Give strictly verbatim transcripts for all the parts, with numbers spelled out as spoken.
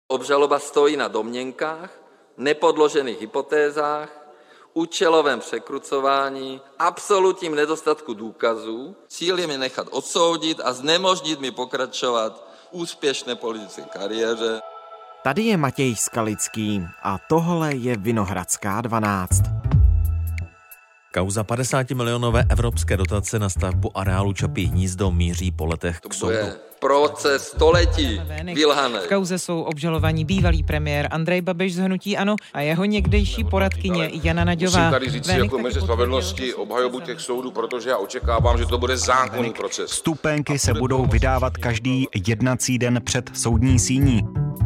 Obžaloba stojí na domněnkách, nepodložených hypotézách, účelovém překrucování, absolutním nedostatku důkazů. Cílem je nechat odsoudit a znemožnit mi pokračovat v úspěšné politické kariéře. Tady je Matěj Skalický a tohle je Vinohradská dvanáct. Kauza padesátimilionové evropské dotace na stavbu areálu Čapí hnízdo míří po letech k soudu. Proces století vylhaný. V kauze jsou obžalovaní bývalý premiér Andrej Babiš z hnutí ANO a jeho někdejší poradkyně Jana Naďová. Musím tady říct si jako ministr spravedlnosti obhajobu těch soudů, protože já očekávám, že to bude zákonný proces. Vstupenky se budou vydávat každý jednací den před soudní síní.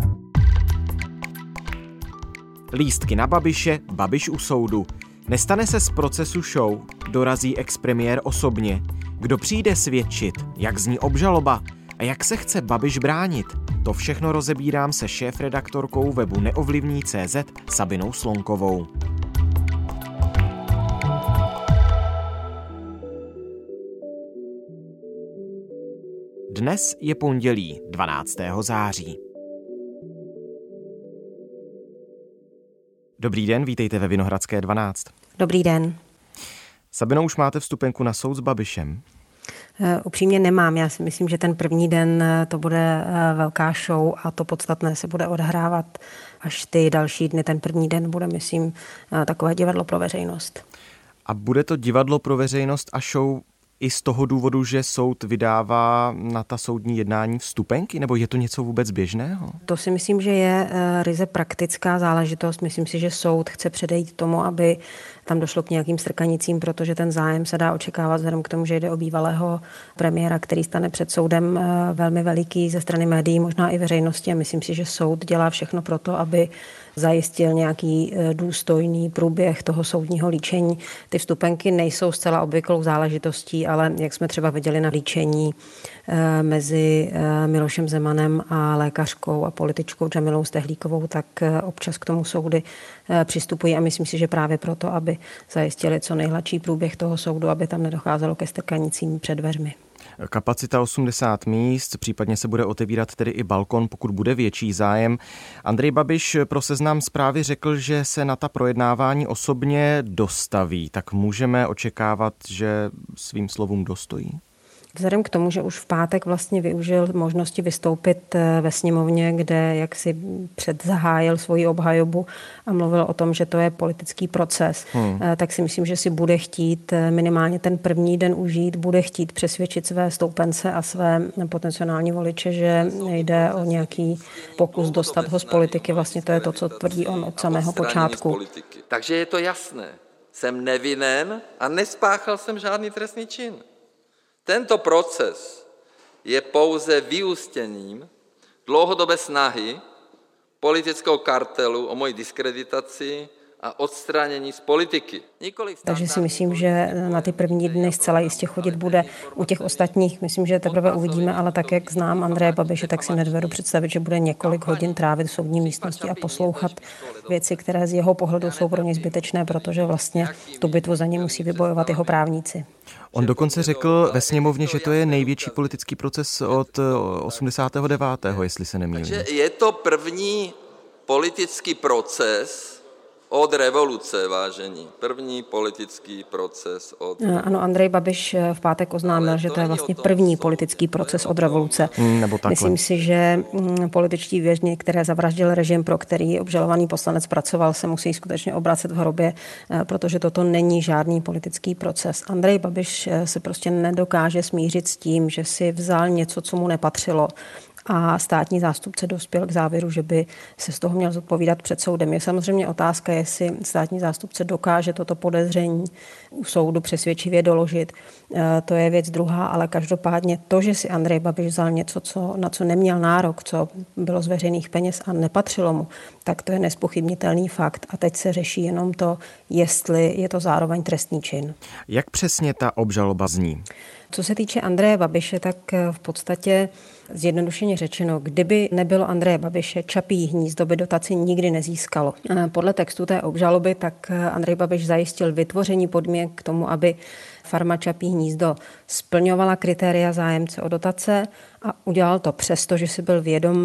Lístky na Babiše, Babiš u soudu. Nestane se z procesu show, dorazí expremiér osobně. Kdo přijde svědčit, jak zní obžaloba a jak se chce Babiš bránit? To všechno rozebírám se šéfredaktorkou webu neovlivní tečka cé zet Sabinou Slonkovou. Dnes je pondělí dvanáctého září. Dobrý den, vítejte ve Vinohradské dvanáct. Dobrý den. Sabino, už máte vstupenku na soud s Babišem? Uh, upřímně nemám. Já si myslím, že ten první den to bude uh, velká show a to podstatné se bude odhrávat až ty další dny. Ten první den bude, myslím, uh, takové divadlo pro veřejnost. A bude to divadlo pro veřejnost a show i z toho důvodu, že soud vydává na ta soudní jednání vstupenky, nebo je to něco vůbec běžného? To si myslím, že je ryze praktická záležitost. Myslím si, že soud chce předejít tomu, aby tam došlo k nějakým strkanicím, protože ten zájem se dá očekávat vzhledem k tomu, že jde o bývalého premiéra, který stane před soudem velmi veliký ze strany médií, možná i veřejnosti. A myslím si, že soud dělá všechno pro to, aby zajistil nějaký důstojný průběh toho soudního líčení. Ty vstupenky nejsou zcela obvyklou záležitostí, ale jak jsme třeba viděli na líčení mezi Milošem Zemanem a lékařkou a političkou Džamilou Stehlíkovou, tak občas k tomu soudy přistupují a myslím si, že právě proto, aby zajistili co nejhladší průběh toho soudu, aby tam nedocházelo ke strkanicím před dveřmi. Kapacita osmdesát míst, případně se bude otevírat tedy i balkon, pokud bude větší zájem. Andrej Babiš pro Seznam Zprávy řekl, že se na ta projednávání osobně dostaví. Tak můžeme očekávat, že svým slovům dostojí? Vzhledem k tomu, že už v pátek vlastně využil možnosti vystoupit ve sněmovně, kde jaksi předzahájil svoji obhajobu a mluvil o tom, že to je politický proces, hmm. tak si myslím, že si bude chtít minimálně ten první den užít, bude chtít přesvědčit své stoupence a své potenciální voliče, že jde o nějaký pokus dostat ho z politiky. Vlastně to je to, co tvrdí on od samého počátku. Takže je to jasné. Jsem nevinen a nespáchal jsem žádný trestný čin. Tento proces je pouze vyústěním dlouhodobé snahy politického kartelu o moji diskreditaci a odstranění z politiky. Takže si myslím, že na ty první dny zcela jistě chodit bude. U těch ostatních myslím, že teprve uvidíme, ale tak, jak znám Andreje Babiše, tak si nedovedu představit, že bude několik hodin trávit v soudní místnosti a poslouchat věci, které z jeho pohledu jsou pro ně zbytečné, protože vlastně tu bitvu za ně musí vybojovat jeho právníci. On dokonce řekl ve sněmovně, že to je největší politický proces od osmdesátého devátého jestli se nemýlím. Takže je to první politický proces od revoluce, vážení. První politický proces od... Ano, Andrej Babiš v pátek oznámil, že to je vlastně první politický proces od revoluce. Hmm, nebo takhle. Myslím si, že političtí vězni, které zavraždil režim, pro který obžalovaný poslanec pracoval, se musí skutečně obracet v hrobě, protože toto není žádný politický proces. Andrej Babiš se prostě nedokáže smířit s tím, že si vzal něco, co mu nepatřilo, a státní zástupce dospěl k závěru, že by se z toho měl zodpovídat před soudem. Je samozřejmě otázka, jestli státní zástupce dokáže toto podezření u soudu přesvědčivě doložit. To je věc druhá, ale každopádně to, že si Andrej Babiš vzal něco, co, na co neměl nárok, co bylo z veřejných peněz a nepatřilo mu, tak to je nespochybnitelný fakt. A teď se řeší jenom to, jestli je to zároveň trestný čin. Jak přesně ta obžaloba zní? Co se týče Andreje Babiše, tak v podstatě zjednodušeně řečeno, kdyby nebylo Andreje Babiše, Čapí hnízdo by dotaci nikdy nezískalo. Podle textu té obžaloby tak Andrej Babiš zajistil vytvoření podmínek k tomu, aby farma Čapí hnízdo splňovala kritéria zájemce o dotace a udělal to přesto, že si byl vědom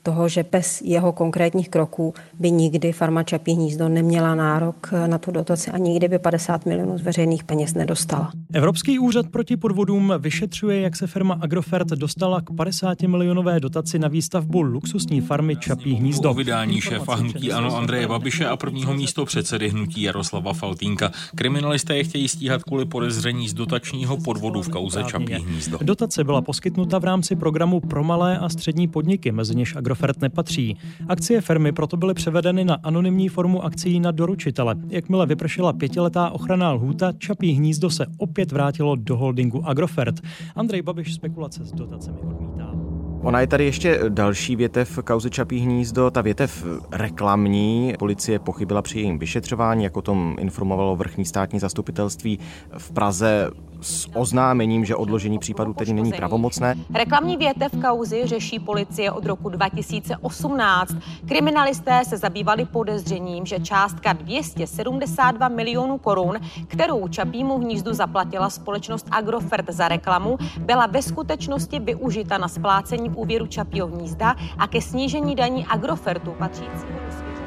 toho, že bez jeho konkrétních kroků by nikdy farma Čapí hnízdo neměla nárok na tu dotaci a nikdy by padesát milionů z veřejných peněz nedostala. Evropský úřad proti podvodům vyšetřuje, jak se firma Agrofert dostala k padesátimilionové dotaci na výstavbu luxusní farmy Čapí hnízdo. O vydání šéfa hnutí ANO Andreje Babiše a prvního místo předsedy hnutí Jaroslava Faltýnka. Kriminalisté je chtějí stíhat kvůli podezření z dotačního podvodu v kauze Čapí hnízdo. Dotace byla poskytnuta v rámci programu pro malé a střední podniky, mezi něž Agrofert nepatří. Akcie firmy proto byly převedeny na anonymní formu akcií na doručitele. Jakmile vypršela pětiletá ochranná lhůta, Čapí hnízdo se opět vrátilo do holdingu Agrofert. Andrej Babiš spekulace s dotacemi odmítá. Ona je tady ještě další větev kauzy Čapí hnízdo, ta větev reklamní. Policie pochybila při jejím vyšetřování, jak o tom informovalo vrchní státní zastupitelství v Praze s oznámením, že odložení případu tedy není pravomocné. Reklamní větev kauzy řeší policie od roku dva tisíce osmnáct. Kriminalisté se zabývali podezřením, že částka dvě stě sedmdesát dva milionů korun, kterou Čapímu hnízdu zaplatila společnost Agrofert za reklamu, byla ve skutečnosti využita na splácení úvěru Čapího hnízda a ke snížení daní Agrofertu patřícího do svěřenské.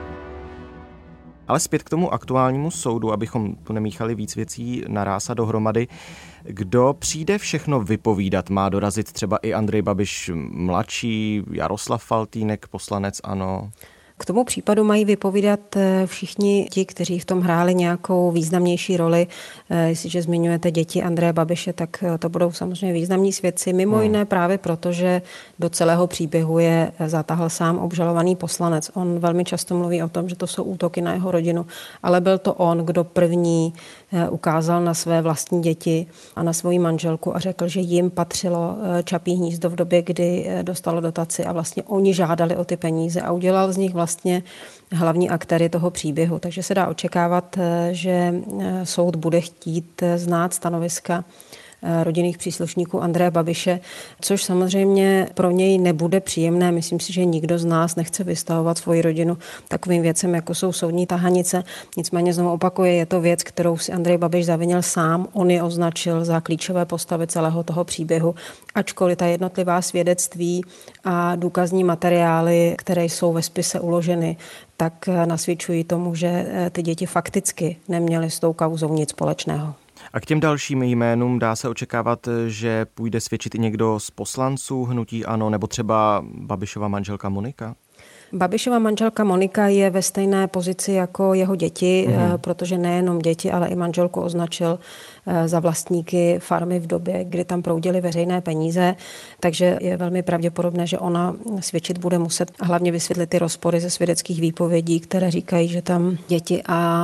Ale zpět k tomu aktuálnímu soudu, abychom tu nemíchali víc věcí naráz a dohromady. Kdo přijde všechno vypovídat? Má dorazit třeba i Andrej Babiš mladší, Jaroslav Faltýnek, poslanec ANO? K tomu případu mají vypovídat všichni ti, kteří v tom hráli nějakou významnější roli. Jestliže zmiňujete děti Andreje Babiše, tak to budou samozřejmě významní svědci. Mimo hmm. jiné právě proto, že do celého příběhu je zatáhl sám obžalovaný poslanec. On velmi často mluví o tom, že to jsou útoky na jeho rodinu, ale byl to on, kdo první ukázal na své vlastní děti a na svoji manželku a řekl, že jim patřilo Čapí hnízdo v době, kdy dostalo dotaci a vlastně oni žádali o ty peníze a udělal z nich vlastně hlavní aktéry toho příběhu. Takže se dá očekávat, že soud bude chtít znát stanoviska rodinných příslušníků Andreje Babiše, což samozřejmě pro něj nebude příjemné. Myslím si, že nikdo z nás nechce vystavovat svoji rodinu takovým věcem, jako jsou soudní tahanice. Nicméně znovu opakuje, je to věc, kterou si Andrej Babiš zavinil sám. On je označil za klíčové postavy celého toho příběhu, ačkoliv ta jednotlivá svědectví a důkazní materiály, které jsou ve spise uloženy, tak nasvědčují tomu, že ty děti fakticky neměly s tou kauzou nic společného. A k těm dalším jménům dá se očekávat, že půjde svědčit i někdo z poslanců hnutí ANO, nebo třeba Babišova manželka Monika? Babišova manželka Monika je ve stejné pozici jako jeho děti, mm. protože nejenom děti, ale i manželku označil za vlastníky farmy v době, kdy tam proudily veřejné peníze, takže je velmi pravděpodobné, že ona svědčit bude muset hlavně vysvětlit ty rozpory ze svědeckých výpovědí, které říkají, že tam děti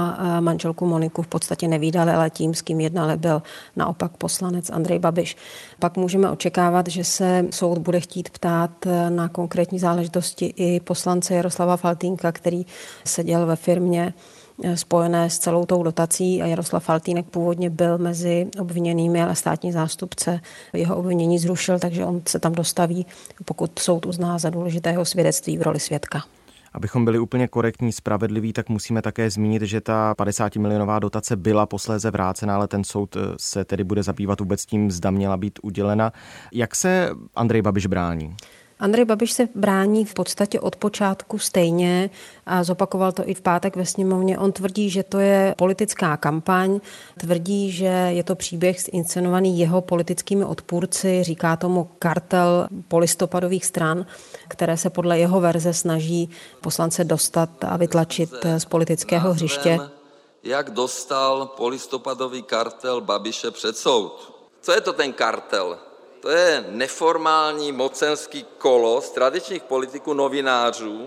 a manželku Moniku v podstatě nevídali, ale tím, s kým jednali, byl naopak poslanec Andrej Babiš. Pak můžeme očekávat, že se soud bude chtít ptát na konkrétní záležitosti i poslance Jaroslava Faltýnka, který seděl ve firmě spojené s celou tou dotací a Jaroslav Faltýnek původně byl mezi obviněnými, ale státní zástupce jeho obvinění zrušil, takže on se tam dostaví, pokud soud uzná za důležitého svědectví v roli svědka. Abychom byli úplně korektní, spravedliví, tak musíme také zmínit, že ta padesátimilionová dotace byla posléze vrácena, ale ten soud se tedy bude zabývat vůbec tím, zda měla být udělena. Jak se Andrej Babiš brání? Andrej Babiš se brání v podstatě od počátku stejně a zopakoval to i v pátek ve sněmovně. On tvrdí, že to je politická kampaň, tvrdí, že je to příběh zinscenovaný jeho politickými odpůrci, říká tomu kartel polistopadových stran, které se podle jeho verze snaží poslance dostat a vytlačit z politického hřiště. Jak dostal polistopadový kartel Babiše před soud? Co je to ten kartel? To je neformální mocenský kolo z tradičních politiků, novinářů,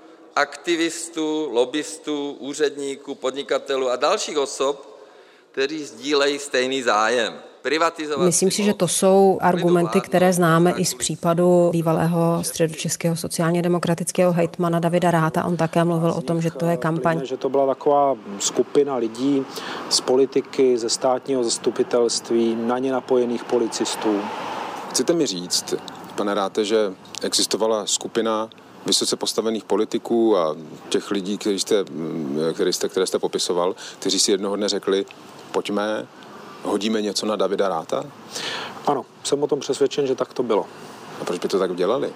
aktivistů, lobbystů, úředníků, podnikatelů a dalších osob, kteří sdílejí stejný zájem. Privatizovat. Myslím si, že to jsou argumenty, které známe i z případu bývalého středočeského sociálně demokratického hejtmana Davida Ratha. On také mluvil o tom, že to je kampaň. Že to byla taková skupina lidí z politiky, ze státního zastupitelství, na ně napojených policistů. Chcete mi říct, pane Rathe, že existovala skupina vysoce postavených politiků a těch lidí, který jste, který jste, které jste popisoval, kteří si jednoho dne řekli, pojďme, hodíme něco na Davida Ratha? Ano, jsem o tom přesvědčen, že tak to bylo. A proč by to tak udělali?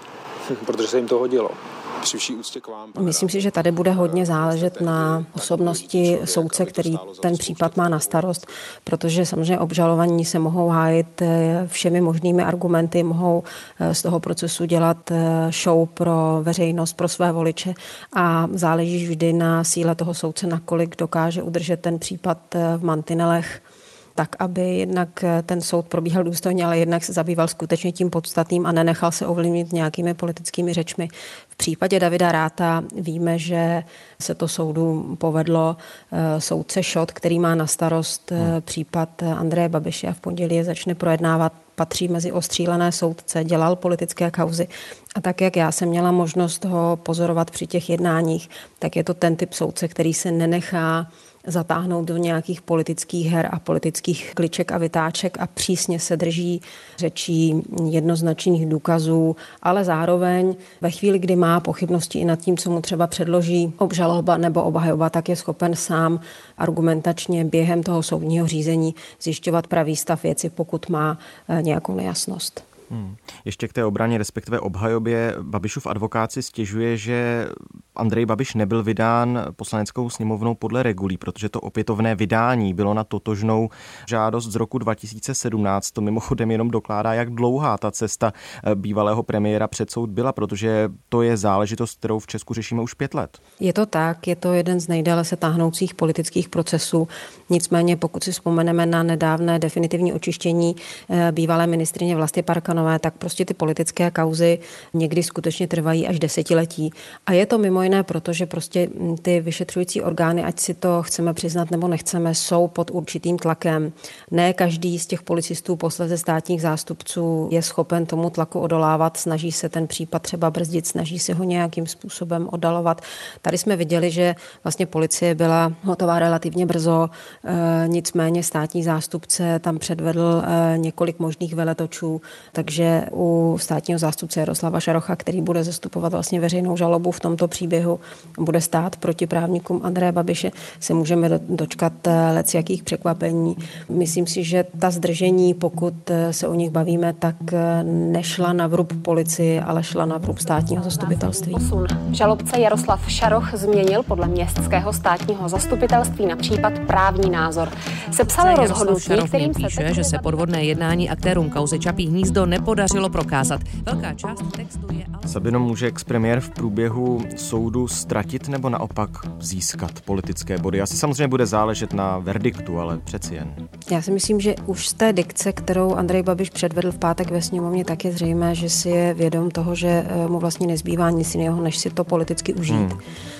protože se jim to hodilo. Při vší úctě k vám. Myslím si, že tady bude hodně záležet na osobnosti soudce, který ten případ má na starost, protože samozřejmě obžalovaní se mohou hájit všemi možnými argumenty, mohou z toho procesu dělat show pro veřejnost, pro své voliče a záleží vždy na síle toho soudce, nakolik dokáže udržet ten případ v mantinelech, tak aby jednak ten soud probíhal důstojně, ale jednak se zabýval skutečně tím podstatným a nenechal se ovlivnit nějakými politickými řečmi. V případě Davida Ratha víme, že se to soudu povedlo. Soudce Šot, který má na starost případ Andreje Babiše a v pondělí je začne projednávat, patří mezi ostřílené soudce, dělal politické kauzy. A tak, jak já jsem měla možnost ho pozorovat při těch jednáních, tak je to ten typ soudce, který se nenechá zatáhnout do nějakých politických her a politických kliček a vytáček a přísně se drží řečí jednoznačných důkazů, ale zároveň ve chvíli, kdy má pochybnosti i nad tím, co mu třeba předloží obžaloba nebo obhajoba, tak je schopen sám argumentačně během toho soudního řízení zjišťovat pravý stav věci, pokud má nějakou nejasnost. Hmm. Ještě k té obraně, respektive obhajobě. Babišův advokát si stěžuje, že Andrej Babiš nebyl vydán Poslaneckou sněmovnou podle regulí, protože to opětovné vydání bylo na totožnou žádost z roku dva tisíce sedmnáct. To mimochodem jenom dokládá, jak dlouhá ta cesta bývalého premiéra před soud byla, protože to je záležitost, kterou v Česku řešíme už pět let. Je to tak, je to jeden z nejdéle se táhnoucích politických procesů. Nicméně, pokud si vzpomeneme na nedávné definitivní očištění bývalé ministryně Vlasty Parkanové, tak prostě ty politické kauzy někdy skutečně trvají až desetiletí. A je to mimo jiné proto, že prostě ty vyšetřující orgány, ať si to chceme přiznat nebo nechceme, jsou pod určitým tlakem. Ne každý z těch policistů, posléze státních zástupců je schopen tomu tlaku odolávat, snaží se ten případ třeba brzdit, snaží se ho nějakým způsobem oddalovat. Tady jsme viděli, že vlastně policie byla hotová relativně brzo, e, nicméně státní zástupce tam předvedl e, několik možných veletočů, takže že u státního zástupce Jaroslava Šarocha, který bude zastupovat vlastně veřejnou žalobu v tomto příběhu, bude stát proti právníkům Andreje Babiše, se můžeme dočkat lecjakých překvapení. Myslím si, že ta zdržení, pokud se o nich bavíme, tak nešla na vrub policii, ale šla na vrub státního zastupitelství. Žalobce Jaroslav Šaroch změnil podle městského státního zastupitelství na případ právní názor. Sepsal rozhodnutí, kterým píše, se že se podvodné jednání aktérům kauzy Čapí hnízdo nepodařilo prokázat. Velká část textu je... Sabino, může expremiér v průběhu soudu ztratit nebo naopak získat politické body? Asi samozřejmě bude záležet na verdiktu, ale přeci jen. Já si myslím, že už z té dikce, kterou Andrej Babiš předvedl v pátek ve sněmovně, tak je zřejmé, že si je vědom toho, že mu vlastně nezbývá nic jiného, než si to politicky užít. Hmm.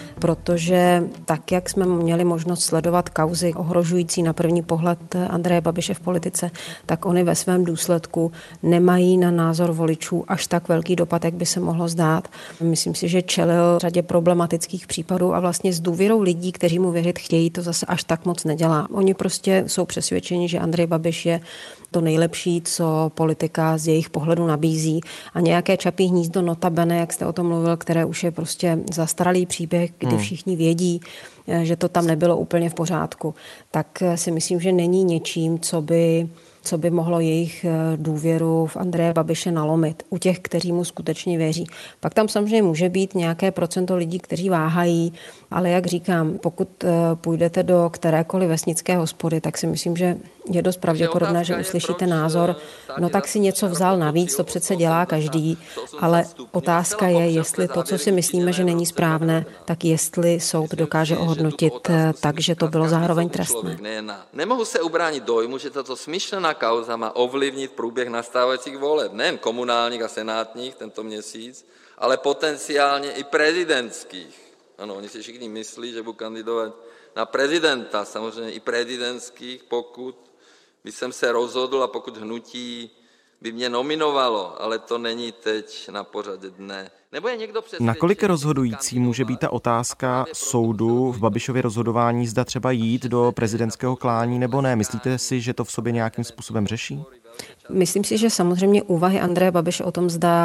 Protože tak, jak jsme měli možnost sledovat kauzy ohrožující na první pohled Andreje Babiše v politice, tak oni ve svém důsledku nemají na názor voličů až tak velký dopad, jak by se mohlo zdát. Myslím si, že čelil řadě problematických případů a vlastně s důvěrou lidí, kteří mu věřit chtějí, to zase až tak moc nedělá. Oni prostě jsou přesvědčeni, že Andrej Babiš je to nejlepší, co politika z jejich pohledu nabízí. A nějaké Čapí hnízdo notabene, jak jste o tom mluvil, které už je prostě zastaralý příběh, kdy všichni vědí, že to tam nebylo úplně v pořádku, tak si myslím, že není něčím, co by, co by mohlo jejich důvěru v Andreje Babiše nalomit. U těch, kteří mu skutečně věří. Pak tam samozřejmě může být nějaké procento lidí, kteří váhají, ale jak říkám, pokud půjdete do kterékoliv vesnické hospody, tak si myslím, že je dost pravděpodobné, že uslyšíte názor, no tak si něco vzal navíc, to přece dělá každý, ale otázka je, jestli to, co si myslíme, že není správné, tak jestli soud dokáže ohodnotit tak, že to bylo zároveň trestné. Nemohu se ubránit dojmu, že tato smyšlená kauza má ovlivnit průběh nastávajících voleb, nejen komunálních a senátních tento měsíc, ale potenciálně i prezidentských. Ano, oni si všichni myslí, že budu kandidovat na prezidenta, samozřejmě i prezidentských, pokud by jsem se rozhodl a pokud hnutí by mě nominovalo, ale to není teď na pořadě dne. Nebo je někdo přesvědčený... Nakolik rozhodující může být ta otázka soudu v Babišově rozhodování, zda třeba jít do prezidentského klání nebo ne? Myslíte si, že to v sobě nějakým způsobem řeší? Myslím si, že samozřejmě úvahy Andreje Babiše o tom, zda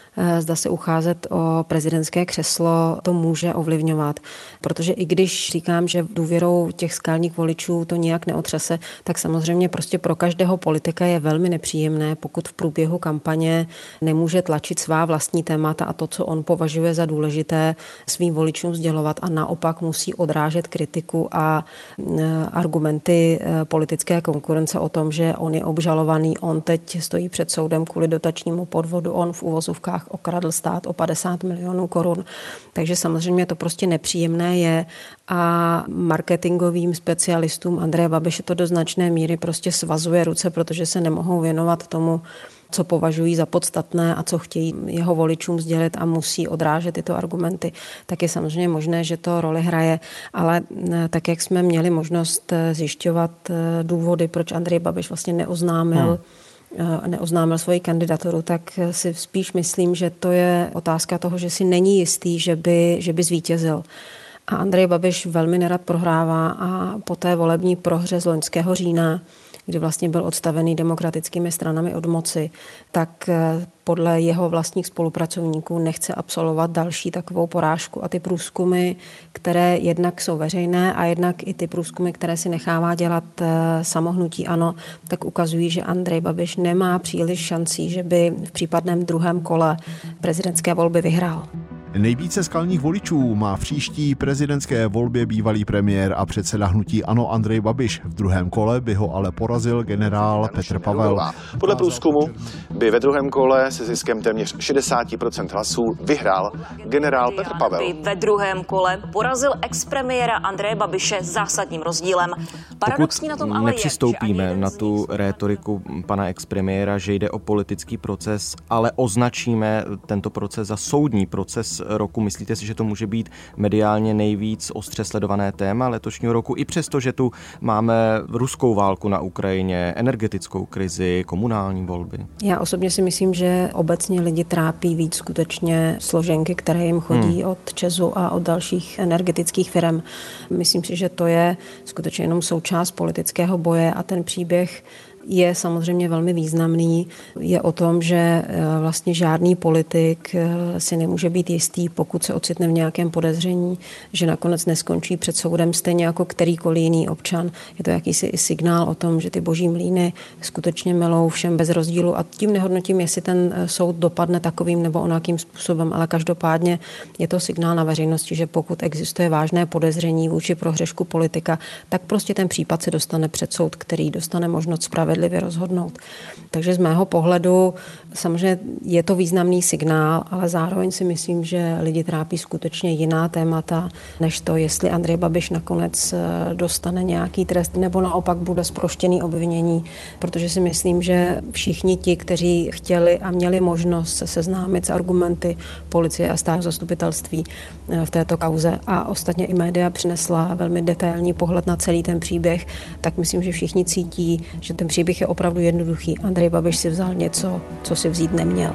zda se ucházet o prezidentské křeslo, to může ovlivňovat. Protože i když říkám, že důvěrou těch skalních voličů to nijak neotřese, tak samozřejmě prostě pro každého politika je velmi nepříjemné, pokud v průběhu kampaně nemůže tlačit svá vlastní témata a to, co on považuje za důležité, svým voličům sdělovat a naopak musí odrážet kritiku a argumenty politické konkurence o tom, že on je obžalovaný, on teď stojí před soudem kvůli dotačnímu podvodu, on v uvozovkách okradl stát o padesát milionů korun. Takže samozřejmě to prostě nepříjemné je a marketingovým specialistům Andreje Babiše to do značné míry prostě svazuje ruce, protože se nemohou věnovat tomu, co považují za podstatné a co chtějí jeho voličům sdělit a musí odrážet tyto argumenty, tak je samozřejmě možné, že to roli hraje, ale tak, jak jsme měli možnost zjišťovat důvody, proč Andrej Babiš vlastně neoznámil, hmm. neoznámil svoji kandidaturu, tak si spíš myslím, že to je otázka toho, že si není jistý, že by, že by zvítězil. A Andrej Babiš velmi nerad prohrává a po té volební prohře z loňského října, kdy vlastně byl odstavený demokratickými stranami od moci, tak podle jeho vlastních spolupracovníků nechce absolvovat další takovou porážku. A ty průzkumy, které jednak jsou veřejné a jednak i ty průzkumy, které si nechává dělat samohnutí ANO, tak ukazují, že Andrej Babiš nemá příliš šancí, že by v případném druhém kole prezidentské volby vyhrál. Nejvíce skalních voličů má v příští prezidentské volbě bývalý premiér a předseda hnutí ANO Andrej Babiš. V druhém kole by ho ale porazil generál Petr Pavel. Podle průzkumu by ve druhém kole se ziskem téměř šedesát procent hlasů vyhrál generál Petr Pavel. By ve druhém kole porazil expremiéra Andreje Babiše zásadním rozdílem. Paradoxní na tom ale nepřistoupíme na tu rétoriku pana expremiéra, že jde o politický proces, ale označíme tento proces za soudní proces roku. Myslíte si, že to může být mediálně nejvíc ostře sledované téma letošního roku, i přesto, že tu máme ruskou válku na Ukrajině, energetickou krizi, komunální volby? Já osobně si myslím, že obecně lidi trápí víc skutečně složenky, které jim chodí hmm. od ČEZu a od dalších energetických firm. Myslím si, že to je skutečně jenom součást politického boje a ten příběh je samozřejmě velmi významný. Je o tom, že vlastně žádný politik si nemůže být jistý, pokud se ocitne v nějakém podezření, že nakonec neskončí před soudem stejně jako kterýkoliv jiný občan. Je to jakýsi signál o tom, že ty boží mlýny skutečně melou všem bez rozdílu a tím nehodnotím, jestli ten soud dopadne takovým nebo onakým způsobem, ale každopádně je to signál na veřejnosti, že pokud existuje vážné podezření vůči prohřešku politika, tak prostě ten případ se dostane před soud, který dostane možnost spravedlivě rozhodnout. Takže z mého pohledu samozřejmě je to významný signál, ale zároveň si myslím, že lidi trápí skutečně jiná témata, než to, jestli Andrej Babiš nakonec dostane nějaký trest nebo naopak bude zproštěný obvinění, protože si myslím, že všichni ti, kteří chtěli a měli možnost se seznámit s argumenty policie a státního zastupitelství v této kauze a ostatně i média přinesla velmi detailní pohled na celý ten příběh, tak myslím, že všichni cítí, že ten příběh je opravdu jednoduchý. Andrej Babiš si vzal něco, co si vzít neměl.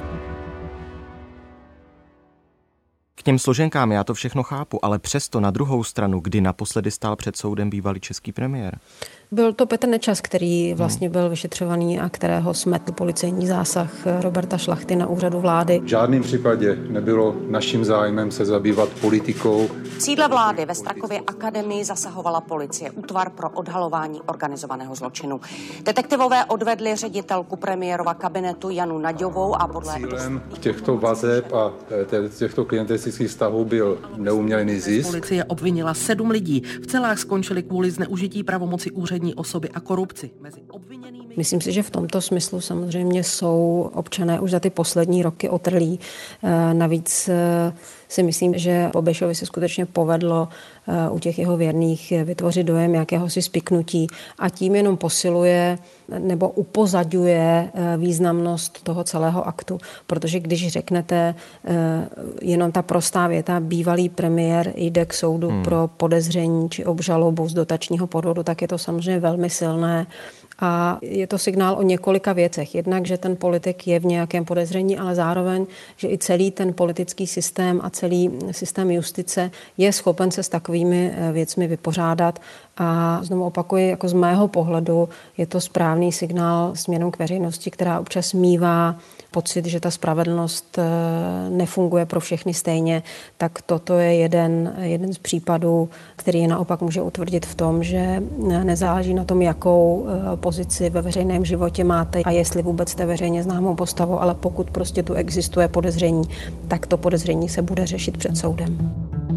K těm složenkám já to všechno chápu, ale přesto na druhou stranu, kdy naposledy stál před soudem bývalý český premiér? Byl to Petr Nečas, který vlastně byl vyšetřovaný a kterého smetl policejní zásah Roberta Šlachty na úřadu vlády. V žádném případě nebylo naším zájmem se zabývat politikou. V sídle vlády ve Strakově akademii zasahovala policie, útvar pro odhalování organizovaného zločinu. Detektivové odvedli ředitelku premiérova kabinetu Janu Naďovou a podle... Cílem těchto vazeb a těchto klientelistických stavů byl neumělý zisk. Policie obvinila sedm lidí. V celách skončili kvůli zneužití pravomoci úřední osoby a korupci. Mezi obviněnými... Myslím si, že v tomto smyslu samozřejmě jsou občané už za ty poslední roky otrlí. Navíc si myslím, že Babišovi se skutečně povedlo u těch jeho věrných vytvořit dojem jakéhosi spiknutí a tím jenom posiluje nebo upozaďuje významnost toho celého aktu. Protože když řeknete jenom ta prostá věta, bývalý premiér jde k soudu hmm. pro podezření či obžalobu z dotačního podvodu, tak je to samozřejmě velmi silné. A je to signál o několika věcech. Jednak, že ten politik je v nějakém podezření, ale zároveň, že i celý ten politický systém a celý systém justice je schopen se s takovými věcmi vypořádat A znovu opakuji, jako z mého pohledu je to správný signál směrem k veřejnosti, která občas mívá pocit, že ta spravedlnost nefunguje pro všechny stejně, tak toto je jeden, jeden z případů, který naopak může utvrdit v tom, že nezáleží na tom, jakou pozici ve veřejném životě máte a jestli vůbec jste veřejně známou postavou, ale pokud prostě tu existuje podezření, tak to podezření se bude řešit před soudem.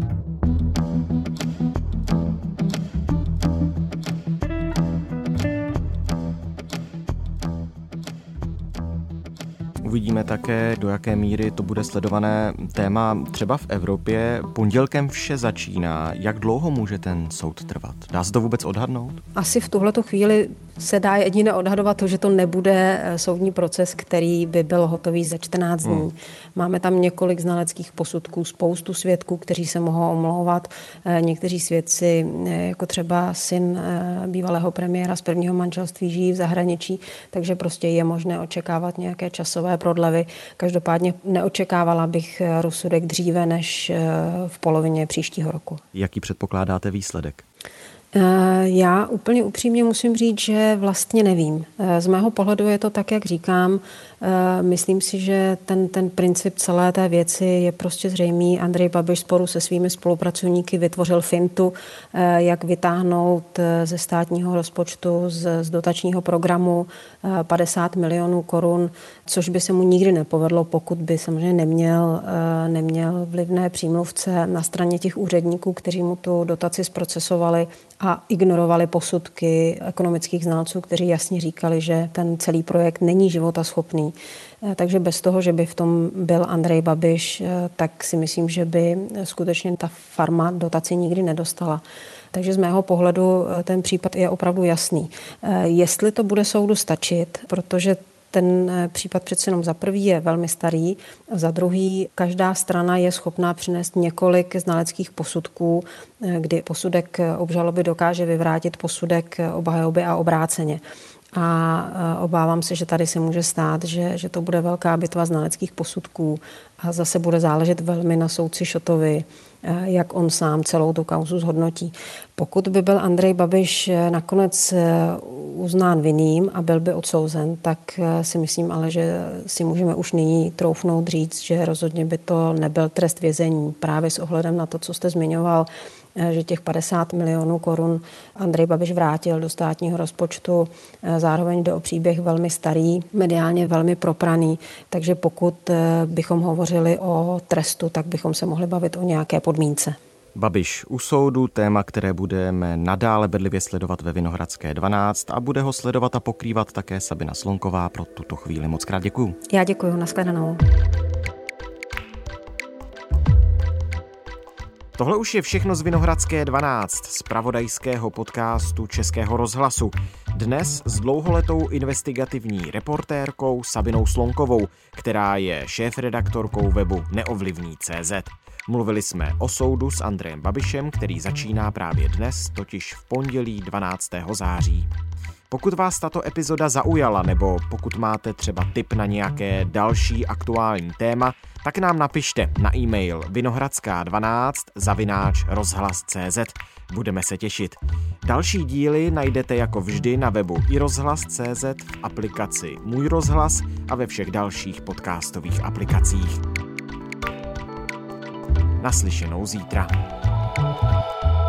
Uvidíme také, do jaké míry to bude sledované téma třeba v Evropě. Pondělkem vše začíná. Jak dlouho může ten soud trvat? Dá se to vůbec odhadnout? Asi v tuhletu chvíli se dá jedině odhadovat to, že to nebude soudní proces, který by byl hotový za čtrnáct dní. Hmm. Máme tam několik znaleckých posudků, spoustu svědků, kteří se mohou omlouvat. Někteří svědci, jako třeba syn bývalého premiéra z prvního manželství, žijí v zahraničí, takže prostě je možné očekávat nějaké časové prodlevy. Každopádně neočekávala bych rozsudek dříve než v polovině příštího roku. Jaký předpokládáte výsledek? Já úplně upřímně musím říct, že vlastně nevím. Z mého pohledu je to tak, jak říkám. Myslím si, že ten, ten princip celé té věci je prostě zřejmý. Andrej Babiš spolu se svými spolupracovníky vytvořil fintu, jak vytáhnout ze státního rozpočtu, z, z dotačního programu padesát milionů korun, což by se mu nikdy nepovedlo, pokud by samozřejmě neměl, neměl vlivné přímluvce na straně těch úředníků, kteří mu tu dotaci zprocesovali a ignorovali posudky ekonomických znalců, kteří jasně říkali, že ten celý projekt není životaschopný. Takže bez toho, že by v tom byl Andrej Babiš, tak si myslím, že by skutečně ta farma dotaci nikdy nedostala. Takže z mého pohledu ten případ je opravdu jasný. Jestli to bude soudu stačit, protože ten případ přece jenom za prvý je velmi starý, za druhý každá strana je schopná přinést několik znaleckých posudků, kdy posudek obžaloby dokáže vyvrátit posudek obhajoby a obráceně. A obávám se, že tady se může stát, že, že to bude velká bitva znaleckých posudků a zase bude záležet velmi na soudci Šotovi, jak on sám celou tu kauzu zhodnotí. Pokud by byl Andrej Babiš nakonec uznán vinným a byl by odsouzen, tak si myslím ale, že si můžeme už nyní troufnout říct, že rozhodně by to nebyl trest vězení. Právě s ohledem na to, co jste zmiňoval, že těch padesát milionů korun Andrej Babiš vrátil do státního rozpočtu. Zároveň jde o příběh velmi starý, mediálně velmi propraný, takže pokud bychom hovořili o trestu, tak bychom se mohli bavit o nějaké podmínce. Babiš u soudu, téma, které budeme nadále bedlivě sledovat ve Vinohradské dvanáct a bude ho sledovat a pokrývat také Sabina Slonková. Pro tuto chvíli moc krát děkuju. Já děkuju, nashledanou. Tohle už je všechno z Vinohradské dvanáct, z zpravodajského podcastu Českého rozhlasu. Dnes s dlouholetou investigativní reportérkou Sabinou Slonkovou, která je šéfredaktorkou webu neovlivní tečka cé zet. Mluvili jsme o soudu s Andrejem Babišem, který začíná právě dnes, totiž v pondělí dvanáctého září. Pokud vás tato epizoda zaujala, nebo pokud máte třeba tip na nějaké další aktuální téma, tak nám napište na e-mail vinohradská dvanáct zavináč rozhlas tečka cé zet. Budeme se těšit. Další díly najdete jako vždy na webu i rozhlas tečka cé zet, v aplikaci Můj rozhlas a ve všech dalších podcastových aplikacích. Naslyšenou zítra.